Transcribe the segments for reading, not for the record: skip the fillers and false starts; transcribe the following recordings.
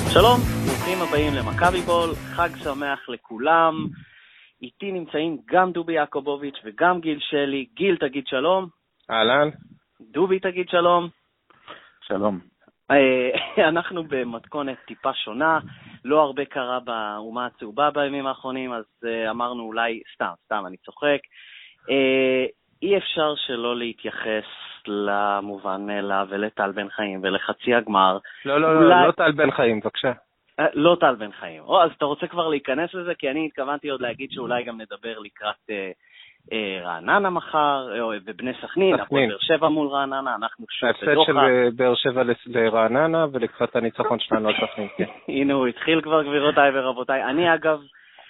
שלום, ברוכים הבאים למכבי בול, חג שמח לכולם. איתי נמצאים גם דובי יעקובוביץ' וגם גיל שלי. גיל, תגיד שלום. אהלן. דובי, תגיד שלום. שלום. אנחנו במתכונת טיפה שונה, לא הרבה קרה באומה הצהובה בימים האחרונים, אז אמרנו אולי, סתם, אני צוחק. אי אפשר שלא להתייחס למובן מאליו ולטל בן חיים ולחצי הגמר. לא טל בן חיים, בבקשה. לא טל בן חיים. אז אתה רוצה כבר להיכנס לזה? כי אני התכוונתי עוד להגיד שאולי גם נדבר לקראת רעננה מחר, ובני סכנין, הפועל באר שבע מול רעננה, אנחנו שוב בדוחה. ההפסד של באר שבע לרעננה ולקראת הניצחון שלנו על סכנין. הנה הוא התחיל כבר, גבירותיי ורבותיי. אני אגב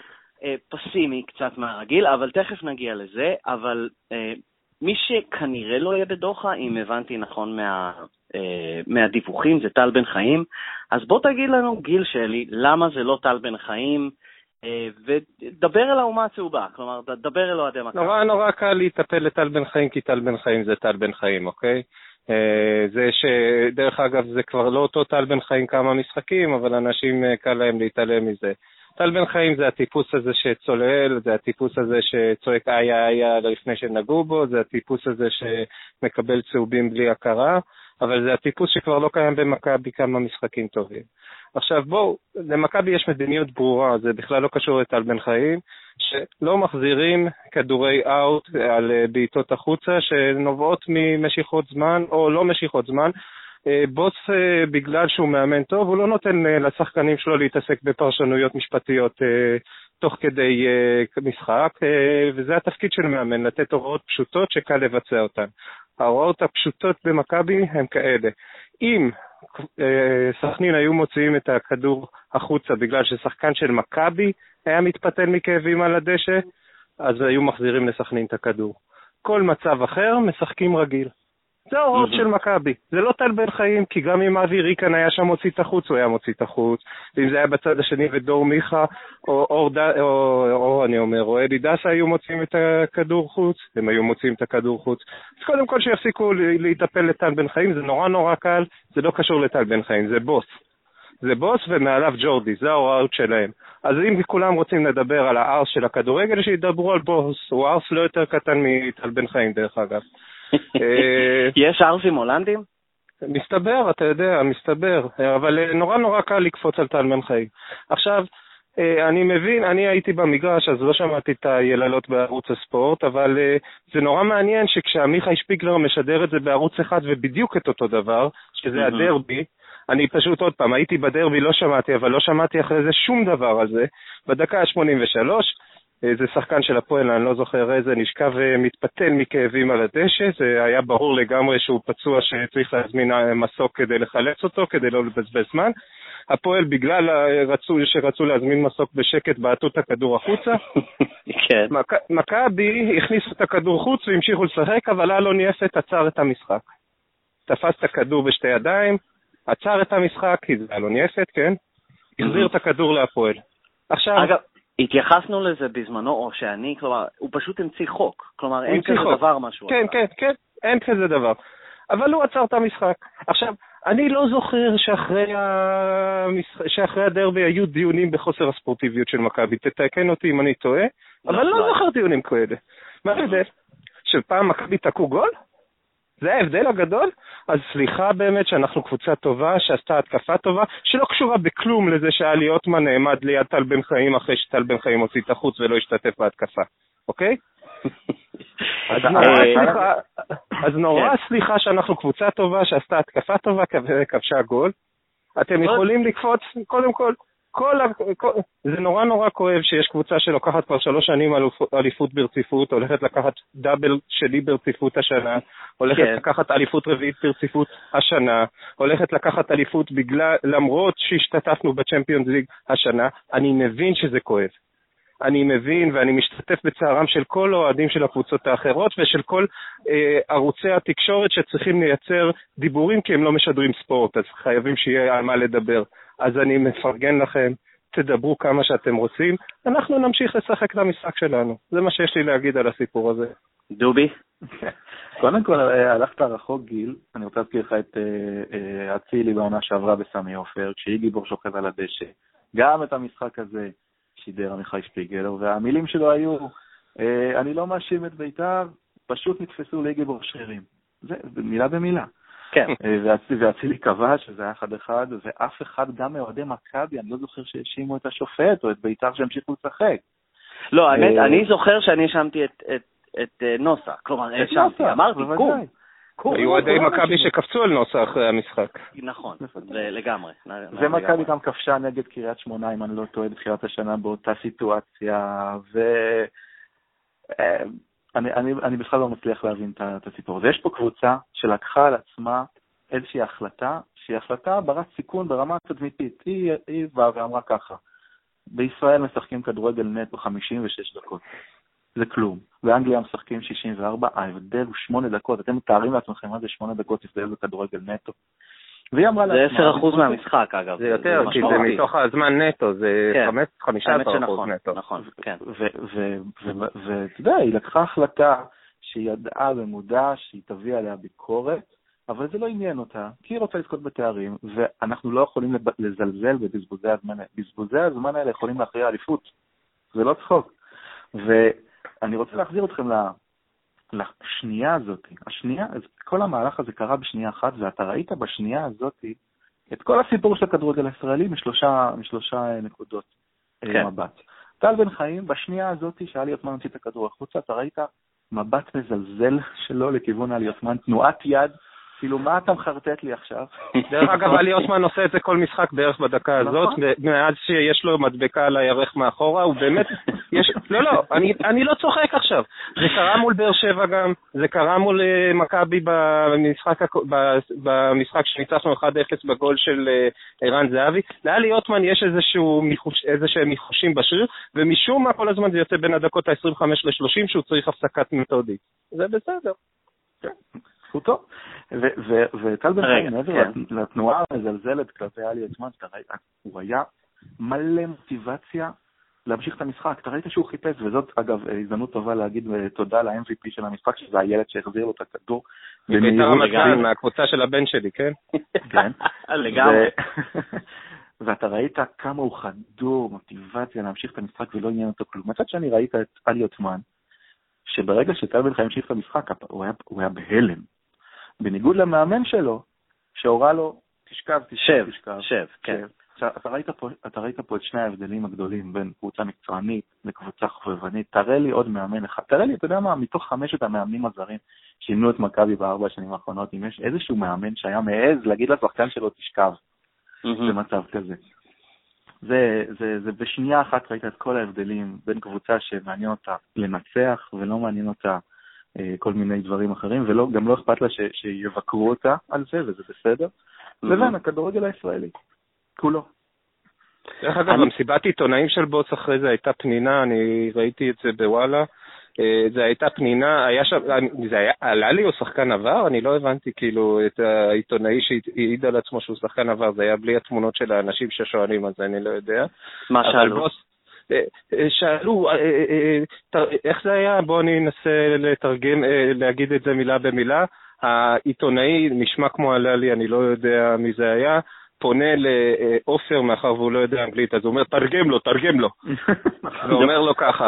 פסימי קצת מהרגיל, אבל תכף נגיע לזה. אבל מי שכנראה לא יהיה בדוחה, אם הבנתי נכון מהדיווחים, זה טל בן חיים. אז בוא תגיד לנו, גיל שלי, למה זה לא טל בן חיים, ודבר אל האומה הצהובה, כלומר, דבר אל אוהדי מכבי. נורא קל להיטפל לטל בן חיים, כי טל בן חיים זה טל בן חיים, אוקיי? זה שדרך אגב זה כבר לא אותו טל בן חיים כמה משחקים, אבל אנשים קל להם להתעלם מזה. טל בן חיים זה הטיפוס הזה שצולל, זה הטיפוס הזה שצועק איה לפני שנגעו בו, זה הטיפוס הזה שמקבל צהובים בלי הכרה, אבל זה הטיפוס שכבר לא קיים במכבי כמה משחקים טובים. עכשיו בואו, למכבי יש מדיניות ברורה, זה בכלל לא קשור לטל בן חיים, שלא מחזירים כדורי אאוט על בעיטות החוצה שנובעות ממשיכות זמן או לא משיכות זמן. בוס בגלל שהוא מאמן טוב, הוא לא נותן לשחקנים שלו להתעסק בפרשנויות משפטיות תוך כדי משחק, וזה התפקיד של מאמן, לתת הוראות פשוטות שקל לבצע אותן. ההוראות הפשוטות במכבי הן כאלה. אם סכנין היו מוציאים את הכדור החוצה בגלל ששחקן של מכבי היה מתפתל מכאבים על הדשא, אז היו מחזירים לסכנין את הכדור. כל מצב אחר משחקים רגיל. זה ההוראות של מכבי. זה לא טל בן חיים, כי גם אם אבי ריקן היה שם מוציא את החוץ, הוא היה מוציא את החוץ. ואם זה היה בצד השני ודור מיכה, או אלי דסה היו מוציאים את הכדור חוץ, הם היו מוציאים את הכדור חוץ. אז קודם כל שיפסיקו להיטפל לטל בן חיים, זה נורא קל, זה לא קשור לטל בן חיים, זה בוס. זה בוס ומעליו ג'ורדי, זה ההוראות שלהם. אז אם כולם רוצים לדבר על הארס של הכדורגל, שידברו על בוס, הוא ארס לא יותר קטן מטל בן חיים דרך אגב. יש ארסים הולנדים? מסתבר, אתה יודע, מסתבר, אבל נורא קל לקפוץ על טל בן חיים. עכשיו, אני מבין, אני הייתי במגרש, אז לא שמעתי את היללות בערוץ הספורט, אבל זה נורא מעניין שכשעמיחי שפיגלר משדר את זה בערוץ אחד ובדיוק את אותו דבר, שזה הדרבי, אני פשוט עוד פעם, הייתי בדרבי, לא שמעתי, אבל לא שמעתי אחרי זה שום דבר על זה. בדקה ה-83, זה שחקן של הפועל, אני לא זוכר איזה, נשכב ומתפתל מכאבים על הדשא, זה היה ברור לגמרי שהוא פצוע שצריך להזמין מסוק כדי לחלץ אותו, כדי לא לבזבז זמן. הפועל בגלל שרצו להזמין מסוק בשקט, בעטו את הכדור החוצה. כן. מכבי הכניסו את הכדור חוץ והמשיכו לשחק, אבל אלון יפת עצר את המשחק. תפס את הכדור בשתי ידיים, עצר את המשחק, כי זה אלון יפת, כן? החזיר את הכדור להפועל. עכשיו... אגב, התייחסנו לזה בזמנו, או שאני, כלומר, הוא פשוט המציא חוק. כלומר, אין כזה דבר משהו. כן, אין כזה דבר. אבל הוא עצר את המשחק. עכשיו, אני לא זוכר שאחרי הדרבי היו דיונים בחוסר הספורטיביות של מכבי. תתקן אותי אם אני טועה, אבל לא זוכר דיונים כאלה. מה ההבדל? שפעם מכבי תקעו גול? זה ההבדל הגדול? אז סליחה באמת שאנחנו קבוצה טובה, שעשתה התקפה טובה, שלא קשורה בכלום לזה שאלי אוטמן נעמד ליד טל בן חיים אחרי שטל בן חיים הוציא את החוץ ולא השתתף בהתקפה, אוקיי? אז נורא סליחה שאנחנו קבוצה טובה, שעשתה התקפה טובה וכבשה גול. אתם יכולים לקפוץ, קודם כל, זה נורא כואב שיש קבוצה שלוקחת כבר 3 שנים אליפות ברציפות, הולכת לקחת דאבל שלי ברציפות השנה, הולכת לקחת אליפות רביעית ברציפות השנה, הולכת לקחת אליפות למרות שהשתתפנו בצ'מפיונס ליג השנה. אני מבין שזה כואב. אני מבין ואני משתתף בצערם של כל האוהדים של הקבוצות האחרות ושל כל ערוצי התקשורת שצריכים לייצר דיבורים כי הם לא משדרים ספורט, אז חייבים שיהיה על מה לדבר. אז אני מפרגן לכם, תדברו כמה שאתם רוצים, אנחנו נמשיך לשחק את המשחק שלנו. זה מה שיש לי להגיד על הסיפור הזה. דובי? קודם כל, הלכת רחוק גיל, אני רוצה להזכיר לך את אצילי בעונה שעברה בסמי עופר, כשהיא גיבור שוכב על הדשא. גם את המשחק הזה שידר עמיחי שפיגלר, והמילים שלו היו, אני לא מאשים את בית"ר, פשוט נתפסו לי גיבור שרירים. זה מילה במילה. כן. ואצילי קבע שזה היה 1-1, ואף אחד גם מאוהדי מכבי, אני לא זוכר שהאשימו את השופט או את בית"ר שהמשיכו לשחק. לא, האמת, אני זוכר שאני האשמתי את נוסה, כלומר, האשמתי, אמרתי, קום. היו עדי מכבי שקפצו על נוסה אחרי המשחק. נכון, לגמרי. ומכבי גם כבשה נגד קריית שמונה, אם אני לא טועה, בתחילת השנה באותה סיטואציה, אני בכלל לא מצליח להבין את הסיפור הזה. יש פה קבוצה שלקחה על עצמה איזושהי החלטה, שהיא החלטה ברת סיכון ברמה תדמיתית. היא באה ואמרה ככה, בישראל משחקים כדורגל נטו 56 דקות. זה כלום. באנגליה משחקים 64, ההבדל הוא 8 דקות. אתם מתארים לעצמכם מה זה 8 דקות הבדל בכדורגל נטו. והיא אמרה לעצמה... זה 10% מהמשחק, אגב. זה יותר, כי זה מתוך הזמן נטו, זה 15% נטו. נכון, כן. ואתה יודע, היא לקחה החלטה שהיא ידעה ומודעה שהיא תביא עליה ביקורת, אבל זה לא עניין אותה, כי היא רוצה לזכות בתארים, ואנחנו לא יכולים לזלזל בבזבוזי הזמן. בזבוזי הזמן האלה יכולים להכריע אליפות. זה לא צחוק. ואני רוצה להחזיר אתכם לשנייה הזאת. כל המהלך הזה קרה בשנייה אחת, ואתה ראית בשנייה הזאת את כל הסיפור של הכדורגל הישראלי משלושה נקודות מבט. טל בן חיים, בשנייה הזאת שעלי עותמן הוציא את הכדור החוצה, אתה ראית מבט מזלזל שלו לכיוון עלי עותמן, תנועת יד, כאילו, מה אתה מחרטט לי עכשיו? דרך אגב, עלי עותמן עושה את זה כל משחק בערך בדקה הזאת, מאז שיש לו מדבקה על הירך מאחורה, הוא באמת, לא, אני לא צוחק עכשיו. זה קרה מול באר שבע גם, זה קרה מול מכבי במשחק שניצחנו 1-0 בגול של ערן זהבי. לעלי עותמן יש איזשהם מיחושים בשריר, ומשום מה כל הזמן זה יוצא בין הדקות ה-25 ל-30 שהוא צריך הפסקת מתודית. זה בסדר. זכותו. וטל בן חיים, מעבר לתנועה המזלזלת כלפי עלי עותמן, הוא היה מלא מוטיבציה להמשיך את המשחק. אתה ראית שהוא חיפש, וזאת אגב הזדמנות טובה להגיד תודה ל-MVP של המשחק, שזה הילד שהחזיר לו את הכדור. בית"ר רמת-גן, מהקבוצה של הבן שלי, כן? כן. לגמרי. ואתה ראית כמה הוא חדור מוטיבציה להמשיך את המשחק ולא עניין אותו כלום. מצד שאני ראית את עלי עותמן, שברגע שטל בן חיים המשיך את המשחק, הוא היה בהלם. בניגוד למאמן שלו, שהורה לו, תשכב, כן. אתה ראית פה את שני ההבדלים הגדולים בין קבוצה מקצוענית לקבוצה חובבנית. תראה לי עוד מאמן אחד. תראה לי, אתה יודע מה, מתוך 5 המאמנים הזרים שימנו את מכבי ב4 השנים האחרונות, אם יש איזשהו מאמן שהיה מעז להגיד לשחקן שלו תשכב במצב כזה. זה בשנייה אחת ראית את כל ההבדלים בין קבוצה שמעניין אותה לנצח ולא מעניין אותה כל מיני דברים אחרים, וגם לא אכפת לה שיבקרו אותה על זה, וזה בסדר. לבין הכדורגל הישראלי, כולו. דרך אגב, במסיבת עיתונאים של בוס אחרי זה הייתה פנינה, אני ראיתי את זה בוואלה, זה הייתה פנינה, עלה לי הוא שחקן עבר? אני לא הבנתי כאילו את העיתונאי שהעיד על עצמו שהוא שחקן עבר, זה היה בלי התמונות של האנשים ששואלים, אז אני לא יודע. מה שאלו? שאלו, איך זה היה? בואו אני אנסה לתרגם, להגיד את זה מילה במילה. העיתונאי נשמע כמו עלה לי, אני לא יודע מי זה היה, פונה לאופר מאחר והוא לא יודע אנגלית, אז הוא אומר, תרגם לו. ואומר לו ככה,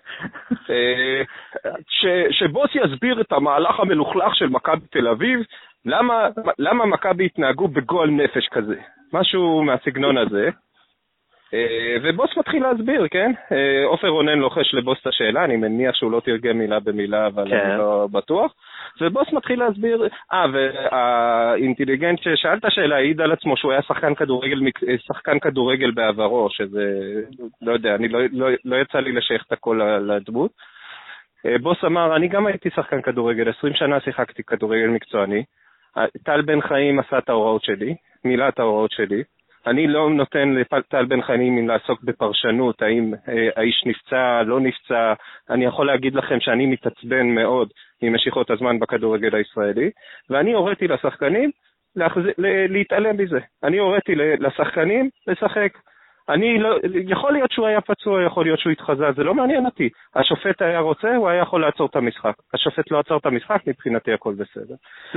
שבוס יסביר את המהלך המלוכלך של מכבי תל אביב, למה מכבי התנהגו בגועל נפש כזה, משהו מהסגנון הזה. ובוס מתחיל להסביר, כן? עופר רונן לוחש לבוס את השאלה, אני מניח שהוא לא תרגם מילה במילה, אבל אני לא בטוח. ובוס מתחיל להסביר, והאינטליגנט ששאל את השאלה העיד על עצמו שהוא היה שחקן כדורגל בעברו, שזה, לא יודע, אני לא יצא לי לשייך את הכל לדמות. בוס אמר, אני גם הייתי שחקן כדורגל, 20 שנה שיחקתי כדורגל מקצועני. טל בן חיים עשה את ההוראות שלי, מילא את ההוראות שלי. אני לא נותן לטל בן חיים לעסוק בפרשנות, האם האיש נפצע, לא נפצע. אני יכול להגיד לכם שאני מתעצבן מאוד ממשיכות הזמן בכדורגל הישראלי, ואני הוריתי לשחקנים להתעלם מזה. אני הוריתי לשחקנים לשחק. יכול להיות שהוא היה פצוע, יכול להיות שהוא התחזה, זה לא מעניין אותי. השופט היה רוצה, הוא היה יכול לעצור את המשחק. השופט לא עצר את המשחק, מבחינתי הכל בסדר.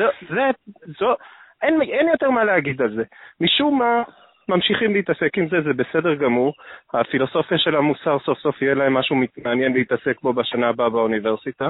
אין יותר מה להגיד על זה. משום מה, ממשיכים להתעסק עם זה, זה בסדר גמור. הפילוסופיה של המוסר סוף סוף יהיה להם משהו מעניין להתעסק בו בשנה הבאה באוניברסיטה.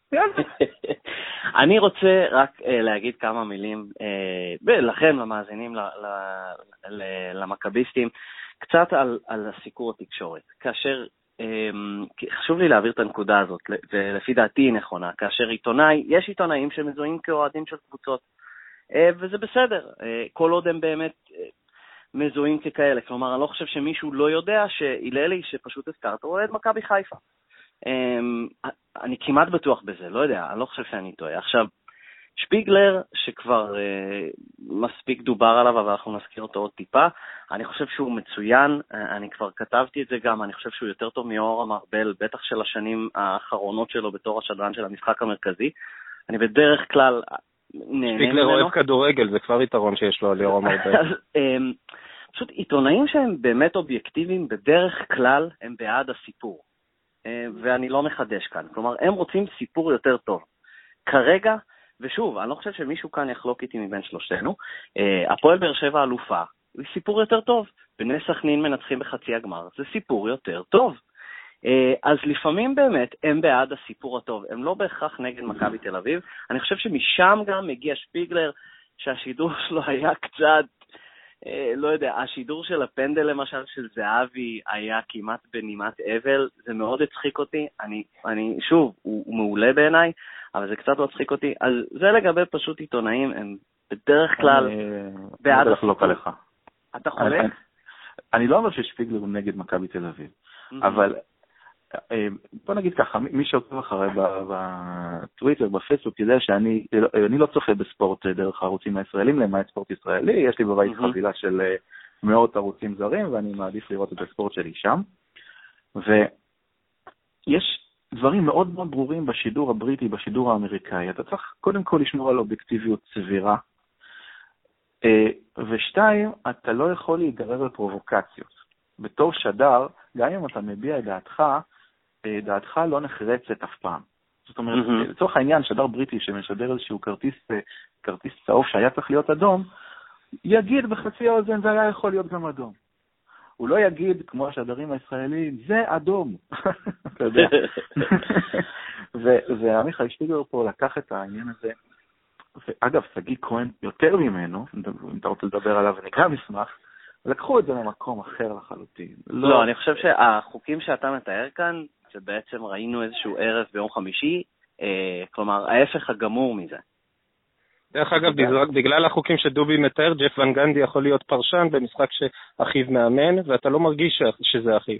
אני רוצה רק להגיד כמה מילים לכם, למאזינים, למכביסטים, קצת על הסיקור התקשורת. כאשר, חשוב לי להעביר את הנקודה הזאת, ולפי דעתי היא נכונה, כאשר יש עיתונאים שמזוהים כאוהדים של קבוצות, וזה בסדר, כל עוד הם באמת מזוהים ככאלה. כלומר, אני לא חושב שמישהו לא יודע שהיללי שפשוט הזכרת, הוא אוהד מכבי חיפה. אני כמעט בטוח בזה, לא יודע, אני לא חושב שאני טועה. עכשיו, שפיגלר, שכבר מספיק דובר עליו, אבל אנחנו נזכיר אותו עוד טיפה, אני חושב שהוא מצוין, אני כבר כתבתי את זה גם, אני חושב שהוא יותר טוב מיורם ארבל, בטח של השנים האחרונות שלו בתור השדרן של המשחק המרכזי. אני בדרך כלל נהנה שפיגלר אוהב כדורגל, זה כבר יתרון שיש לו על יורם ארבל. פשוט עיתונאים שהם באמת אובייקטיביים, בדרך כלל הם בעד הסיפור. ואני לא מחדש כאן. כלומר, הם רוצים סיפור יותר טוב. כרגע, ושוב, אני לא חושב שמישהו כאן יחלוק איתי מבין שלושתנו, הפועל באר שבע אלופה, זה סיפור יותר טוב. בני סכנין מנצחים בחצי הגמר, זה סיפור יותר טוב. אז לפעמים באמת הם בעד הסיפור הטוב, הם לא בהכרח נגד מכבי תל אביב. אני חושב שמשם גם מגיע שפיגלר, שהשידור שלו היה קצת, לא יודע, השידור של הפנדל למשל של זהבי היה כמעט בנימת אבל, זה מאוד הצחיק אותי, שוב, הוא מעולה בעיניי, אבל זה קצת לא הצחיק אותי, אז זה לגבי פשוט עיתונאים, הם בדרך כלל בעד לחלוק עליך. אתה חולק? אני לא אומר ששפיגלר הוא נגד מכבי תל אביב, אבל בוא נגיד ככה, מי שעוקב אחרי בטוויטר, בפייסבוק, יודע שאני לא צופה בספורט דרך הערוצים הישראלים, למעט ספורט ישראלי, יש לי בבית חבילה של מאות ערוצים זרים, ואני מעדיף לראות את הספורט שלי שם. ויש דברים מאוד מאוד ברורים בשידור הבריטי, בשידור האמריקאי. אתה צריך קודם כל לשמור על אובייקטיביות סבירה, ושתיים, אתה לא יכול להיגרר לפרובוקציות. בתור שדר, גם אם אתה מביע את דעתך לא נחרצת אף פעם. זאת אומרת, לצורך העניין, שדר בריטי שמשדר איזשהו כרטיס צהוב שהיה צריך להיות אדום, יגיד בחצי האוזן, זה היה יכול להיות גם אדום. הוא לא יגיד, כמו השדרים הישראלים, זה אדום. אתה יודע. ועמיחי שפיגלר פה לקח את העניין הזה, ואגב, שגיא כהן יותר ממנו, אם אתה רוצה לדבר עליו ונקרא מסמך, לקחו את זה למקום אחר לחלוטין. לא, אני חושב שהחוקים שאתה מתאר כאן, שבעצם ראינו איזשהו ערב ביום חמישי, כלומר, ההפך הגמור מזה. דרך אגב, בגלל החוקים שדובי מתאר, ג'ף ון גנדי יכול להיות פרשן במשחק שאחיו מאמן, ואתה לא מרגיש שזה אחיו.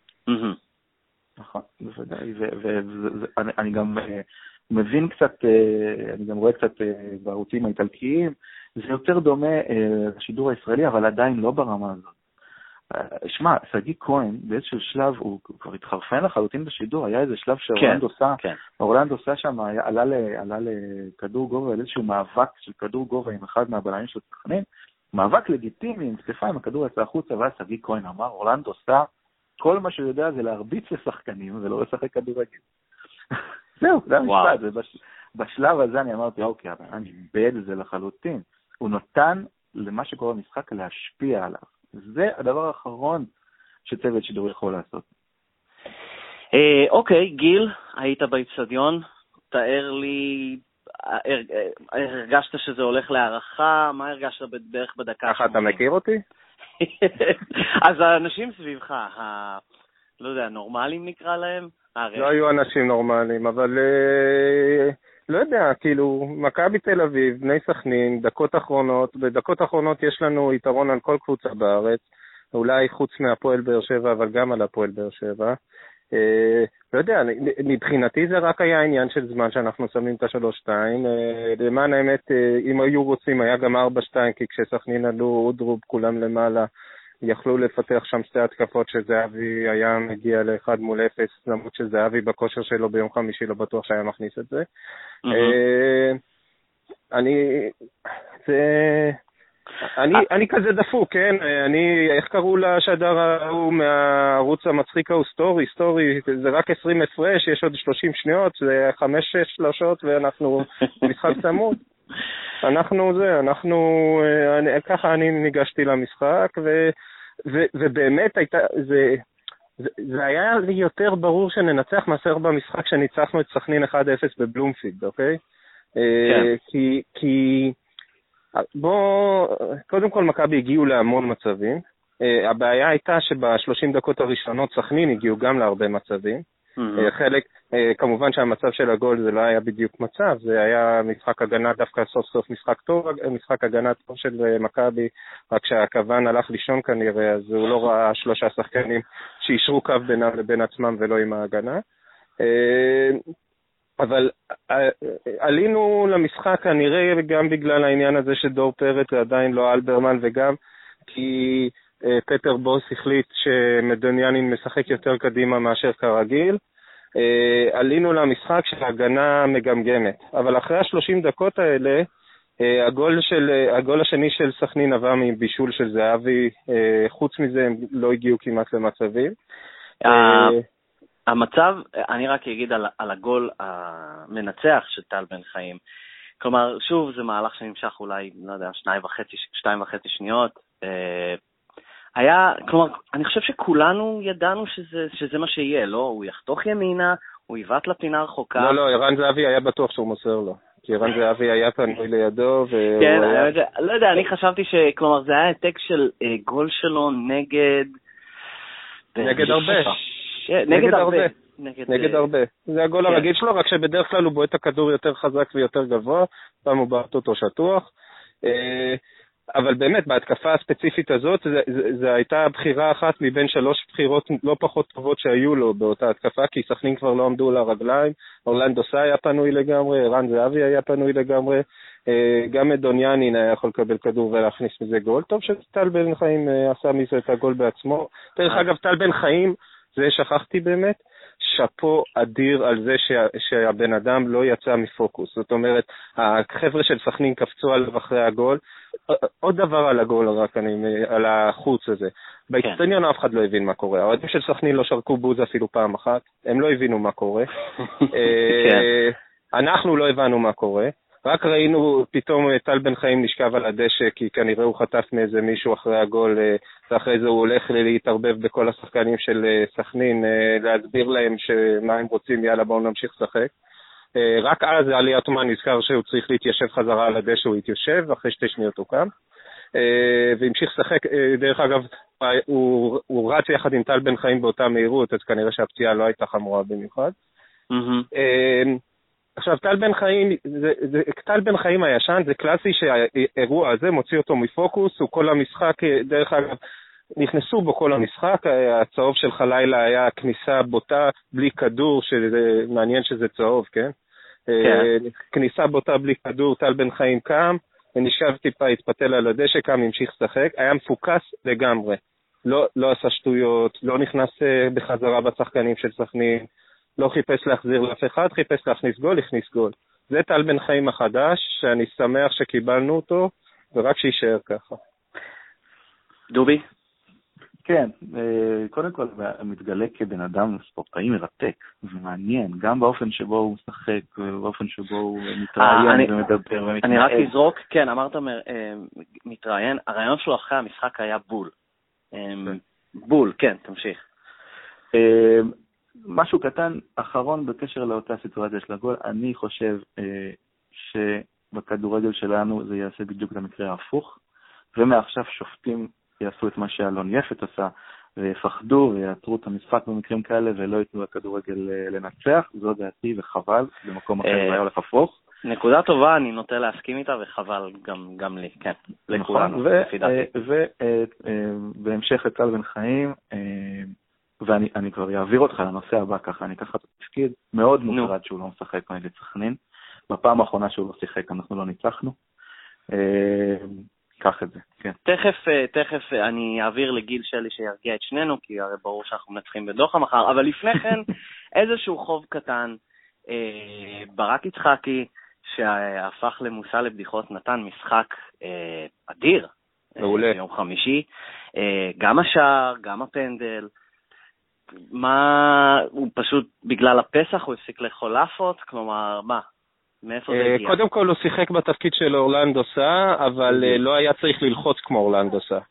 נכון, בוודאי, ואני גם מבין קצת, אני גם רואה קצת בערוצים האיטלקיים, זה יותר דומה לשידור הישראלי, אבל עדיין לא ברמה הזאת. שמע, שגיא כהן, באיזשהו שלב, הוא כבר התחרפן לחלוטין בשידור, היה איזה שלב שאורלנד עושה שם, עלה לכדור גובה, על איזשהו מאבק של כדור גובה עם אחד מהבלמים של סכנין, מאבק לגיטימי עם כתפיים, הכדור יצא החוצה, ואז שגיא כהן אמר, אורלנד עושה, כל מה שהוא יודע זה להרביץ לשחקנים, ולא לשחק כדורגל. זהו, זה המשפט, בשלב הזה אני אמרתי, אוקיי, אני איבד את זה לחלוטין. הוא נותן למה שקורה במשחק להשפיע עליו. זה הדבר האחרון שצוות שידור יכול לעשות. אוקיי, גיל, היית באצטדיון, תאר לי, הרגשת שזה הולך להערכה, מה הרגשת בערך בדקה? ככה אתה מכיר אותי? אז האנשים סביבך, לא יודע, נורמלים נקרא להם? לא היו אנשים נורמליים, אבל לא יודע, כאילו, מכבי תל אביב, בני סכנין, בדקות אחרונות יש לנו יתרון על כל קבוצה בארץ, אולי חוץ מהפועל באר שבע, אבל גם על הפועל באר שבע. לא יודע, מבחינתי זה רק היה עניין של זמן שאנחנו שמים את ה-3-2. למען האמת, אם היו רוצים, היה גם 4-2, כי כשסכנין עלו אודרוב כולם למעלה, יכלו לפתח שם שתי התקפות שזהבי היה מגיע ל1 מול 0, למרות שזהבי בכושר שלו ביום חמישי לא בטוח שהיה מכניס את זה. אני כזה דפוק, כן? איך קראו לשדר ההוא מהערוץ המצחיק ההוא? סטורי, זה רק 20 הפרש, יש עוד 30 שניות, זה 5-6 שלושות, ואנחנו משחק צמוד. ככה אני ניגשתי למשחק, ובאמת זה היה לי יותר ברור שננצח מאשר במשחק שניצחנו את סכנין 1-0 בבלומפילד, אוקיי? כי קודם כל מכבי הגיעו להמון מצבים. הבעיה הייתה שב-30 דקות הראשונות סכנין הגיעו גם להרבה מצבים. חלק, כמובן שהמצב של הגול זה לא היה בדיוק מצב, זה היה משחק הגנה, דווקא סוף סוף משחק הגנה טוב של מכבי, רק שהכוון הלך לישון כנראה, אז הוא לא ראה 3 שחקנים שישרו קו בינם לבין עצמם ולא עם ההגנה. אבל עלינו למשחק כנראה גם בגלל העניין הזה שדור פרץ זה עדיין לא אלברמן, וגם כי פטר בוס החליט שמדוניאנין משחק יותר קדימה מאשר כרגיל. עלינו למשחק שההגנה מגמגמת, אבל אחרי ה-30 דקות האלה הגול השני של סכנין נבע מבישול של זהבי, חוץ מזה הם לא הגיעו כמעט למצבים. המצב, אני רק אגיד על הגול המנצח של טל בן חיים. כלומר, שוב, זה מהלך שנמשך אולי, לא יודע, 2.5 שניות. כלומר, אני חושב שכולנו ידענו שזה מה שיהיה, לא? הוא יחתוך ימינה, הוא יבט לפינה רחוקה. לא, ערן זהבי היה בטוח שהוא מוסר לו. כי ערן זהבי היה פנוי לידו, כן, לא יודע, אני חשבתי כלומר, זה היה העתק של גול שלו נגד הרבה. נגד הרבה. זה הגול הרגיל שלו, רק שבדרך כלל הוא בועט את הכדור יותר חזק ויותר גבוה, פעם הוא בועט אותו שטוח. אבל באמת, בהתקפה הספציפית הזאת, זה הייתה בחירה אחת מבין 3 בחירות לא פחות טובות שהיו לו באותה התקפה, כי סכנין כבר לא עמדו על הרגליים, אורלנדו סאי היה פנוי לגמרי, ערן זהבי היה פנוי לגמרי, גם מדוניאנין היה יכול לקבל כדור ולהכניס מזה גול. טוב שטל בן חיים עשה מזה את הגול בעצמו. דרך אגב, טל בן חיים, זה שכחתי באמת, שפו אדיר על זה שהבן אדם לא יצא מפוקוס. זאת אומרת, החבר'ה של סכנין קפצו עליו אחרי הגול. עוד דבר על הגול, רק על החוץ הזה. באצטדיון אף אחד לא הבין מה קורה. האוהדים של סכנין לא שרקו בוז אפילו פעם אחת. הם לא הבינו מה קורה. אנחנו לא הבנו מה קורה. רק ראינו פתאום טל בן חיים נשכב על הדשא, כי כנראה הוא חטף מאיזה מישהו אחרי הגול, ואחרי זה הוא הולך להתערבב בכל השחקנים של סכנין, להסביר להם שמה הם רוצים, יאללה בואו נמשיך לשחק. רק אז עלי עטמן נזכר שהוא צריך להתיישב חזרה על הדשא, הוא התיישב, אחרי 2 שניות הוא קם, והמשיך לשחק. דרך אגב, הוא רץ יחד עם טל בן חיים באותה מהירות, אז כנראה שהפציעה לא הייתה חמורה במיוחד. עכשיו, טל בן חיים הישן, זה קלאסי שהאירוע הזה מוציא אותו מפוקוס, הוא כל המשחק, דרך אגב, נכנסו בו כל המשחק, הצהוב של חלילה היה כניסה בוטה בלי כדור, מעניין שזה צהוב, כן? כניסה בוטה בלי כדור, טל בן חיים קם, ונשאב טיפה, התפתל על הדשא, קם, המשיך לשחק, היה מפוקס לגמרי, לא עשה שטויות, לא נכנס בחזרה בשחקנים של סכנין, לא חיפש להחזיר לאף אחד, חיפש להכניס גול, הכניס גול. זה טל בן חיים החדש, שאני שמח שקיבלנו אותו, ורק שישאר ככה. דובי? כן, קודם כל, מתגלה כבן אדם ספורטאי מרתק, ומעניין, גם באופן שבו הוא משחק, באופן שבו הוא מתראיין ומדבר ומתנהל. אני רק אזרוק, כן, אמרת מתראיין, הרעיון שלו אחרי המשחק היה בול. בול, כן, תמשיך. משהו קטן, אחרון בקשר לאותה סיטואציה של הגול, אני חושב שבכדורגל שלנו זה יעשה בדיוק את המקרה ההפוך, ומעכשיו שופטים יעשו את מה שאלון יפת עשה, ויפחדו ויעתרו את המשחק במקרים כאלה, ולא ייתנו לכדורגל לנצח. זו דעתי, וחבל, במקום אחר זה היה הולך הפוך. נקודה טובה, אני נוטה להסכים איתה, וחבל גם לי, כן. נכון, ובהמשך לטל בן חיים, ואני כבר אעביר אותך לנושא הבא ככה, אני אקח את התפקיד, מאוד מוטרד שהוא לא משחק נגד סכנין, בפעם האחרונה שהוא לא שיחק, אנחנו לא ניצחנו, קח את זה, כן. תכף אני אעביר לגיל שלי שירגיע את שנינו, כי הרי ברור שאנחנו מנצחים בדוחה מחר, אבל לפני כן, איזשהו חוב קטן, ברק יצחקי, שהפך למושא לבדיחות, נתן משחק אדיר, ביום חמישי. גם השער, גם הפנדל. הוא פשוט בגלל הפסח הוא הפסיק לאכול לאפות? כלומר, מה? מאיפה זה הגיע? קודם כל הוא שיחק בתפקיד של אורלנדו סא, אבל לא היה צריך ללחוץ כמו אורלנדו סא.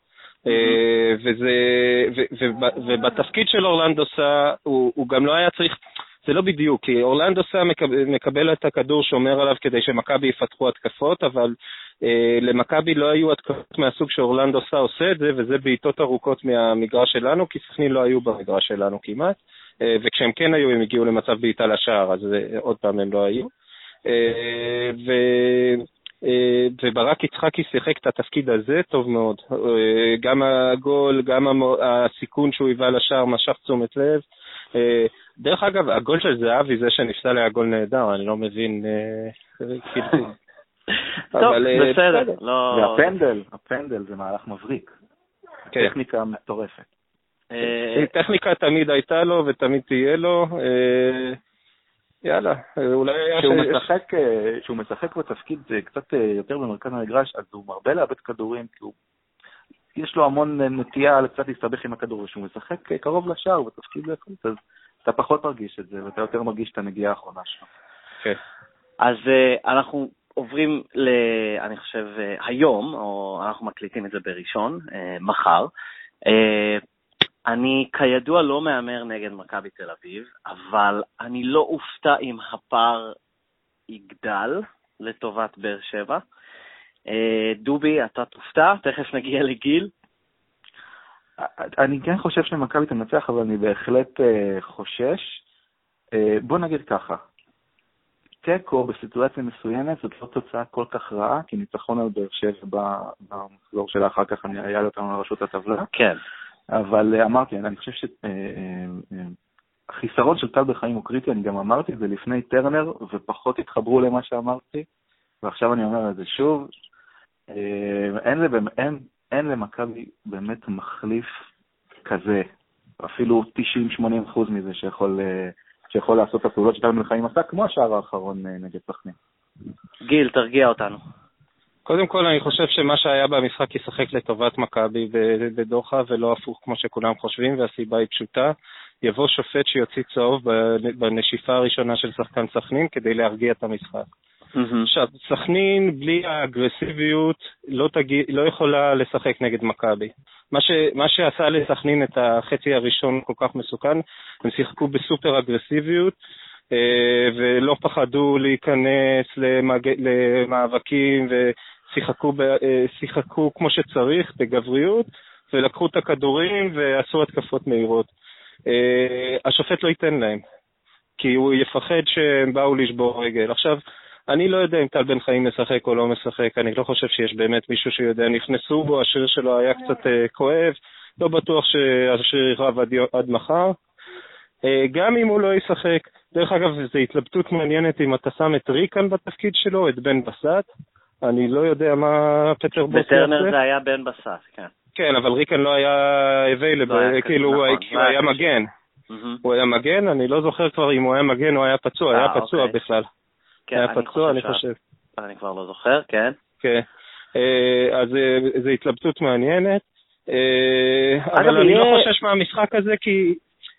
ובתפקיד של אורלנדו סא הוא גם לא היה צריך, זה לא בדיוק, כי אורלנדו סא מקבל את הכדור שומר עליו כדי שמכבי יפתחו התקפות, אבל למכבי לא היו התקפות מהסוג שאורלנדו סא עושה את זה, וזה בעיטות ארוכות מהמגרש שלנו, כי סכנין לא היו במגרש שלנו כמעט, וכשהם כן היו הם הגיעו למצב בעיטה לשער, אז עוד פעם הם לא היו. וברק יצחקי שיחק את התפקיד הזה טוב מאוד. גם הגול, גם הסיכון שהוא היווה לשער משך תשומת לב. דרך אגב, הגול של זהבי, זה שנפסל היה גול נהדר, אני לא מבין. טוב, בסדר. והפנדל זה מהלך מבריק. טכניקה מטורפת. טכניקה תמיד הייתה לו ותמיד תהיה לו. יאללה, אולי כשהוא משחק בתפקיד קצת יותר במרכז המגרש, אז הוא מרבה לאבד כדורים, כי יש לו המון נטייה קצת להסתבך עם הכדור, וכשהוא משחק קרוב לשער בתפקיד לאחד, אז אתה פחות מרגיש את זה, ואתה יותר מרגיש את הנגיעה האחרונה שלו. כן. אז אנחנו עוברים אני חושב, היום, או אנחנו מקליטים את זה בראשון, מחר, אני כידוע לא מאמר נגד מכבי תל אביב, אבל אני לא אופתע אם הפער יגדל לטובת באר שבע. דובי, אתה תופתע? תכף נגיע לגיל. אני כן חושב שמכבי תנצח, אבל אני בהחלט חושש. בוא נגיד ככה, תיקו בסיטואציה מסוימת זאת לא תוצאה כל כך רעה, כי ניצחון על באר שבע במחזור שלה אחר כך היה אותנו לרשות הטבלה. כן. אבל אמרתי, אני חושב שהחיסרון של טל בחיים הוא קריטי, אני גם אמרתי את זה לפני טרנר, ופחות התחברו למה שאמרתי, ועכשיו אני אומר את זה שוב, אין למכבי באמת מחליף כזה, אפילו 90-80% מזה שיכול לעשות את הפעולות שטל בחיים עשה, כמו השער האחרון נגד סכנין. גיל, תרגיע אותנו. קודם כל אני חושב שמה שהיה במשחק ישחק לטובת מכבי בדוחה ולא הפוך כמו שכולם חושבים, והסיבה היא פשוטה, יבוא שופט שיוציא צהוב בנשיפה הראשונה של שחקן סכנין כדי להרגיע את המשחק. עכשיו, סכנין בלי האגרסיביות לא יכולה לשחק נגד מכבי. מה שעשה לסכנין את החצי הראשון כל כך מסוכן, הם שיחקו בסופר אגרסיביות, ולא פחדו להיכנס למאבקים ושיחקו כמו שצריך בגבריות, ולקחו את הכדורים ועשו התקפות מהירות. השופט לא ייתן להם, כי הוא יפחד שהם באו לשבור רגל. עכשיו, אני לא יודע אם טל בן חיים משחק או לא משחק, אני לא חושב שיש באמת מישהו שיודע, נכנסו בו, השריר שלו היה קצת כואב, לא בטוח שהשריר ירב עד מחר. גם אם הוא לא ישחק, דרך אגב, זו התלבטות מעניינת אם אתה שם את ריקן בתפקיד שלו, את בן בסט, אני לא יודע מה פטר בוס יעשה. בטרנר זה היה בן בסט, כן. כן, אבל ריקן לא היה available, כאילו הוא היה מגן. הוא היה מגן, אני לא זוכר כבר אם הוא היה מגן או היה פצוע, היה פצוע בכלל. היה פצוע, אני חושב. אני כבר לא זוכר, כן. כן, אז זו התלבטות מעניינת, אבל אני לא חושש מהמשחק הזה, כי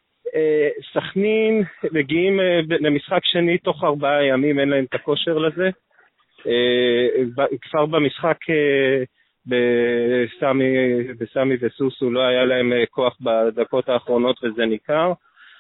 סכנין מגיעים למשחק שני תוך 4 ימים, אין להם את הכושר לזה. כבר במשחק בסמי וסוסו לא היה להם כוח בדקות האחרונות וזה ניכר.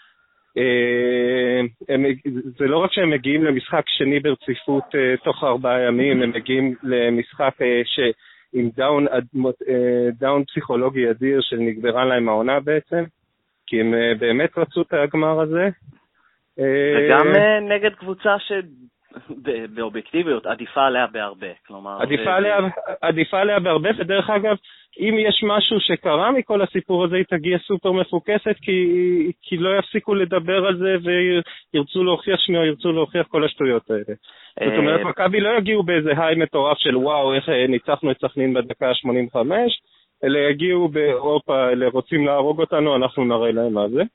זה לא רק שהם מגיעים למשחק שני ברציפות תוך 4 ימים, הם מגיעים למשחק עם דאון פסיכולוגי אדיר שנגברה להם העונה בעצם, כי הם באמת רצו את הגמר הזה. וגם נגד קבוצה שבאובייקטיביות עדיפה עליה בהרבה. עדיפה עליה בהרבה, ודרך אגב, אם יש משהו שקרה מכל הסיפור הזה, היא תגיע סופר מפוקסת, כי לא יפסיקו לדבר על זה וירצו להוכיח שנייה, ירצו להוכיח כל השטויות האלה. זאת אומרת, מכבי לא יגיעו באיזה היי מטורף של וואו, איך ניצחנו את סכנין בדקה 85, אלא יגיעו באירופה, אלה רוצים להרוג אותנו, אנחנו נראה להם מה זה.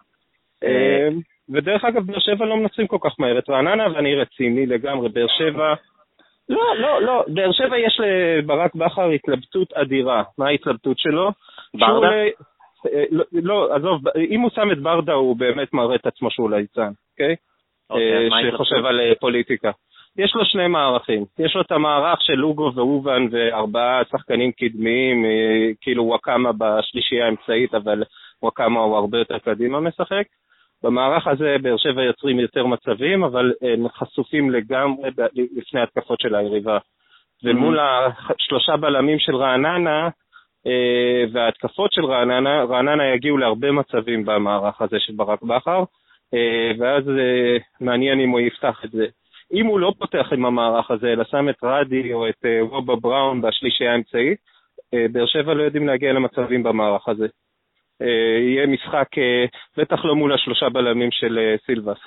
ודרך אגב, באר שבע לא מנצחים כל כך מהר את רעננה, ואני רציני לגמרי, באר שבע לא, באר שבע יש לברק בכר התלבטות אדירה. מה ההתלבטות שלו? ברדה? לא, עזוב, אם הוא שם את ברדה הוא באמת מראה את עצמו שהוא ליצן, אוקיי? שחושב על פוליטיקה. יש לו שני מערכים. יש לו את המערך של לוגו ואובן וארבעה שחקנים קדמיים, כאילו וואקמה בשלישייה האמצעית, אבל וואקמה הוא הרבה יותר קדימה משחק. במערך הזה באר שבע יוצרים יותר מצבים, אבל הם חשופים לגמרי לפני התקפות של היריבה. ומול השלושה בלמים של רעננה, וההתקפות של רעננה יגיעו להרבה מצבים במערך הזה של ברק בכר, ואז מעניין אם הוא יפתח את זה. אם הוא לא פותח עם המערך הזה, אלא שם את רדי או את וובה בראון בשלישייה האמצעית, באר שבע לא יודעים להגיע למצבים במערך הזה. יהיה משחק, בטח לא מול השלושה בלמים של סילבס.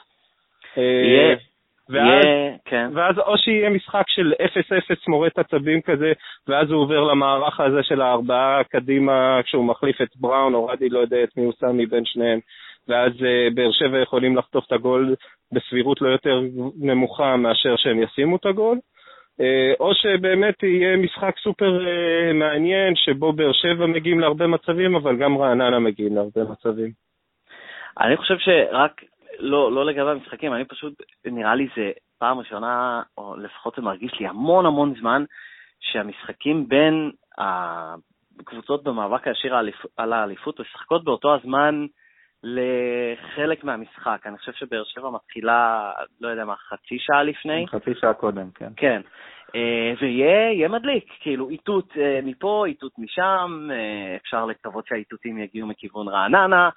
ואז או שיהיה משחק של 0-0 מורת עצבים כזה, ואז הוא עובר למערך הזה של הארבעה קדימה, כשהוא מחליף את בראון או רדי, לא יודע את מי הוא שם מבין שניהם, ואז באר שבע יכולים לחטוף את הגול בסבירות לא יותר נמוכה מאשר שהם ישימו את הגול, או שבאמת יהיה משחק סופר מעניין, שבו באר שבע מגיעים להרבה מצבים, אבל גם רעננה מגיעים להרבה מצבים. אני חושב שרק לא לגבי המשחקים, אני פשוט, נראה לי זה פעם ראשונה, או לפחות זה מרגיש לי המון זמן, שהמשחקים בין הקבוצות במאבק הישיר על האליפות משחקות באותו הזמן לחלק מהמשחק. אני חושב שבאר שבע מתחילה, לא יודע מה, חצי שעה לפני. חצי שעה קודם, כן. כן. ויהיה מדליק, כאילו איתות מפה, איתות משם, אפשר לקוות שהאיתותים יגיעו מכיוון רעננה,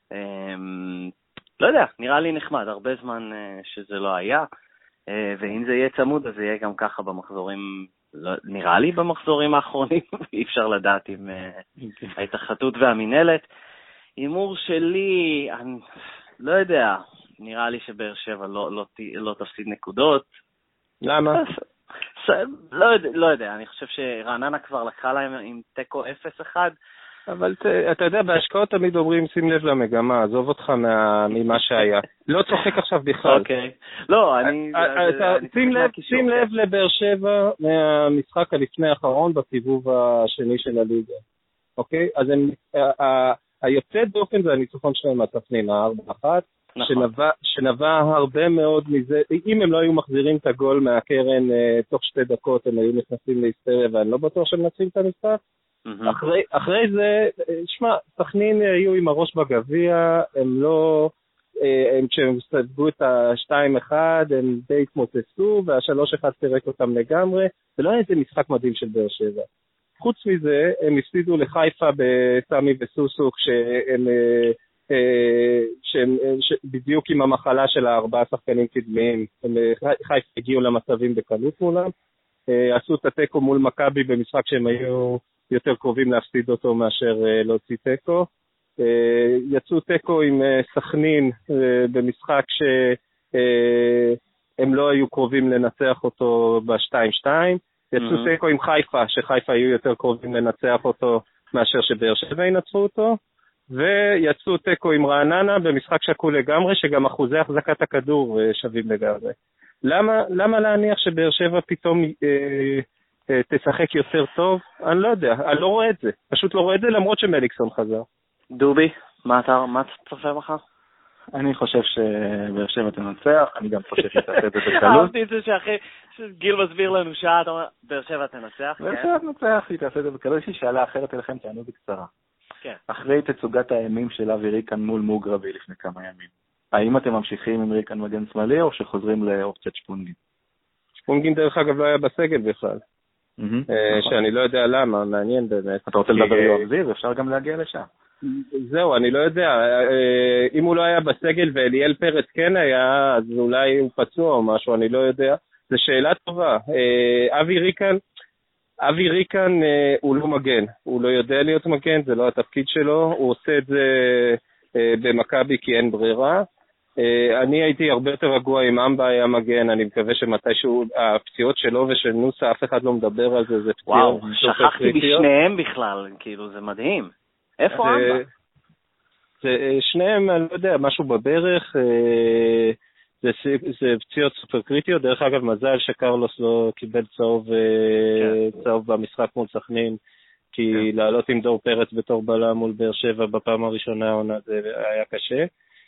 לא יודע, נראה לי נחמד, הרבה זמן שזה לא היה, ואם זה יהיה צמוד, אז זה יהיה גם ככה במחזורים, נראה לי במחזורים האחרונים, אי אפשר לדעת עם ההתאחדות והמנהלת. הימור שלי, אני לא יודע, נראה לי שבאר שבע לא תפסיד נקודות. למה? לא יודע, אני חושב שרעננה כבר לקחה להם עם טקו 0-1, אבל אתה יודע, בהשקעות תמיד אומרים, שים לב למגמה, עזוב אותך ממה שהיה. לא צוחק עכשיו בכלל. אוקיי. לא, שים לב לבאר שבע מהמשחק הלפני האחרון בסיבוב השני של הליגה. אוקיי? אז היוצא דופן זה הניצחון שלהם מהסכנין, 4-1, שנבע הרבה מאוד מזה, אם הם לא היו מחזירים את הגול מהקרן תוך 2 דקות, הם היו נכנסים להיסטריה, ואני לא בטוח שהם נצחים את המשחק. אחרי זה, שמע, סכנין היו עם הראש בגביע, כשהם סדגו את ה-2-1, הם די התמוטסו, וה-3-1 פירק אותם לגמרי, זה לא היה איזה משחק מדהים של באר שבע. חוץ מזה, הם הפסידו לחיפה בסמי וסוסוק, שהם בדיוק עם המחלה של 4 שחקנים קדמיים, חיפה הגיעו למצבים בקלות מולם, עשו את הטקו מול מכבי במשחק שהם היו יותר קרובים להפסיד אותו מאשר להוציא טקו. יצאו טקו עם סכנין במשחק שהם לא היו קרובים לנצח אותו ב-2-2. יצאו טקו עם חיפה, שחיפה היו יותר קרובים לנצח אותו מאשר שבאר שבע ינצחו אותו. ויצאו טקו עם רעננה במשחק שקול לגמרי, שגם אחוזי החזקת הכדור שווים לגמרי. למה להניח שבאר שבע פתאום תשחק יותר טוב? אני לא יודע, אני לא רואה את זה. פשוט לא רואה את זה למרות שמליקסון חזר. דובי, מה אתה צופה מחר? אני חושב שבאר שבע תנצח, אני גם חושב שהיא תעשה את זה בקלות. אהבתי את זה שאחרי גיל מסביר לנו שעה, אתה אומר, באר שבע תנצח. באר שבע תנצח, היא תעשה את זה בקלות. יש לי שאלה אחרת אליכם, תענו בקצרה. כן. אחרי תצוגת הימים של אבי ריקן מול מוגרבי לפני כמה ימים, האם אתם ממשיכים עם ריקן מגן שמאלי או שחוזרים לאופציית שפונגין? שפונגין דרך אגב לא היה בסגל בכלל. שאני לא יודע למה, מעניין באמת. אתה רוצה לדבר יואב זיו, אפשר גם להגיע לשם. זהו, אני לא יודע. אם הוא לא היה בסגל ואליאל פרץ כן היה, אז אולי הוא פצוע או משהו, אני לא יודע. זו שאלה טובה. אבי ריקן הוא לא מגן, הוא לא יודע להיות מגן, זה לא התפקיד שלו, הוא עושה את זה במכבי כי אין ברירה. אני הייתי הרבה יותר רגוע עם אמבה היה מגן, אני מקווה שמתישהו הפציעות שלו ושל נוסה, אף אחד לא מדבר על זה, זה פציעות. וואו, שכחתי בשניהם בכלל, כאילו זה מדהים. איפה אמבה? שניהם, אני לא יודע, משהו בברך, זה פציעות סופר קריטיות. דרך אגב, מזל שקרלוס לא קיבל צהוב במשחק מול סכנין, כי לעלות עם דור פרץ בתור בלם מול באר שבע בפעם הראשונה העונה זה היה קשה.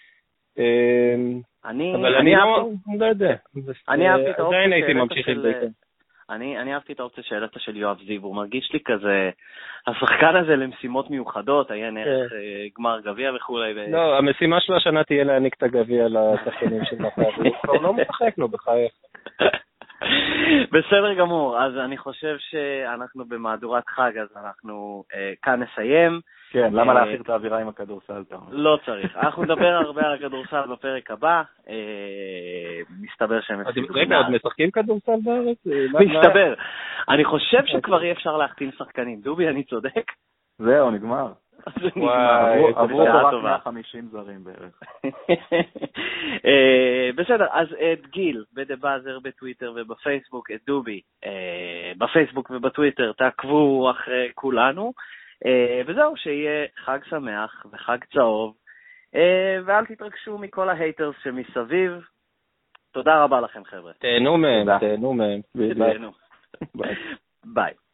אבל אני לא יודע. עדיין הייתי ממשיך את בית"ר. אני אהבתי את האופציה שהעלת של יואב זיו, הוא מרגיש לי כזה, השחקן הזה למשימות מיוחדות, היה נערך גמר גביע וכו'. לא, המשימה שלו השנה תהיה להעניק את הגביע לשחקנים של מכבי, הוא כבר לא משחק לו בחייך. בסדר גמור, אז אני חושב שאנחנו במהדורת חג, אז אנחנו כאן נסיים. כן, למה להכיר את האווירה עם הכדורסל? לא צריך, אנחנו נדבר הרבה על הכדורסל בפרק הבא, מסתבר שהם הפסידו. רגע, עוד משחקים כדורסל בארץ? מסתבר, אני חושב שכבר אי אפשר להחתים שחקנים, דובי, אני צודק? זהו, נגמר. עברו רק 150 זרים בערך. בסדר, אז את גיל בדבאזר בטוויטר ובפייסבוק, את דובי בפייסבוק ובטוויטר, תעקבו אחרי כולנו, וזהו, שיהיה חג שמח וחג צהוב, ואל תתרגשו מכל ההייטרס שמסביב. תודה רבה לכם חבר'ה. תהנו מהם. ביי.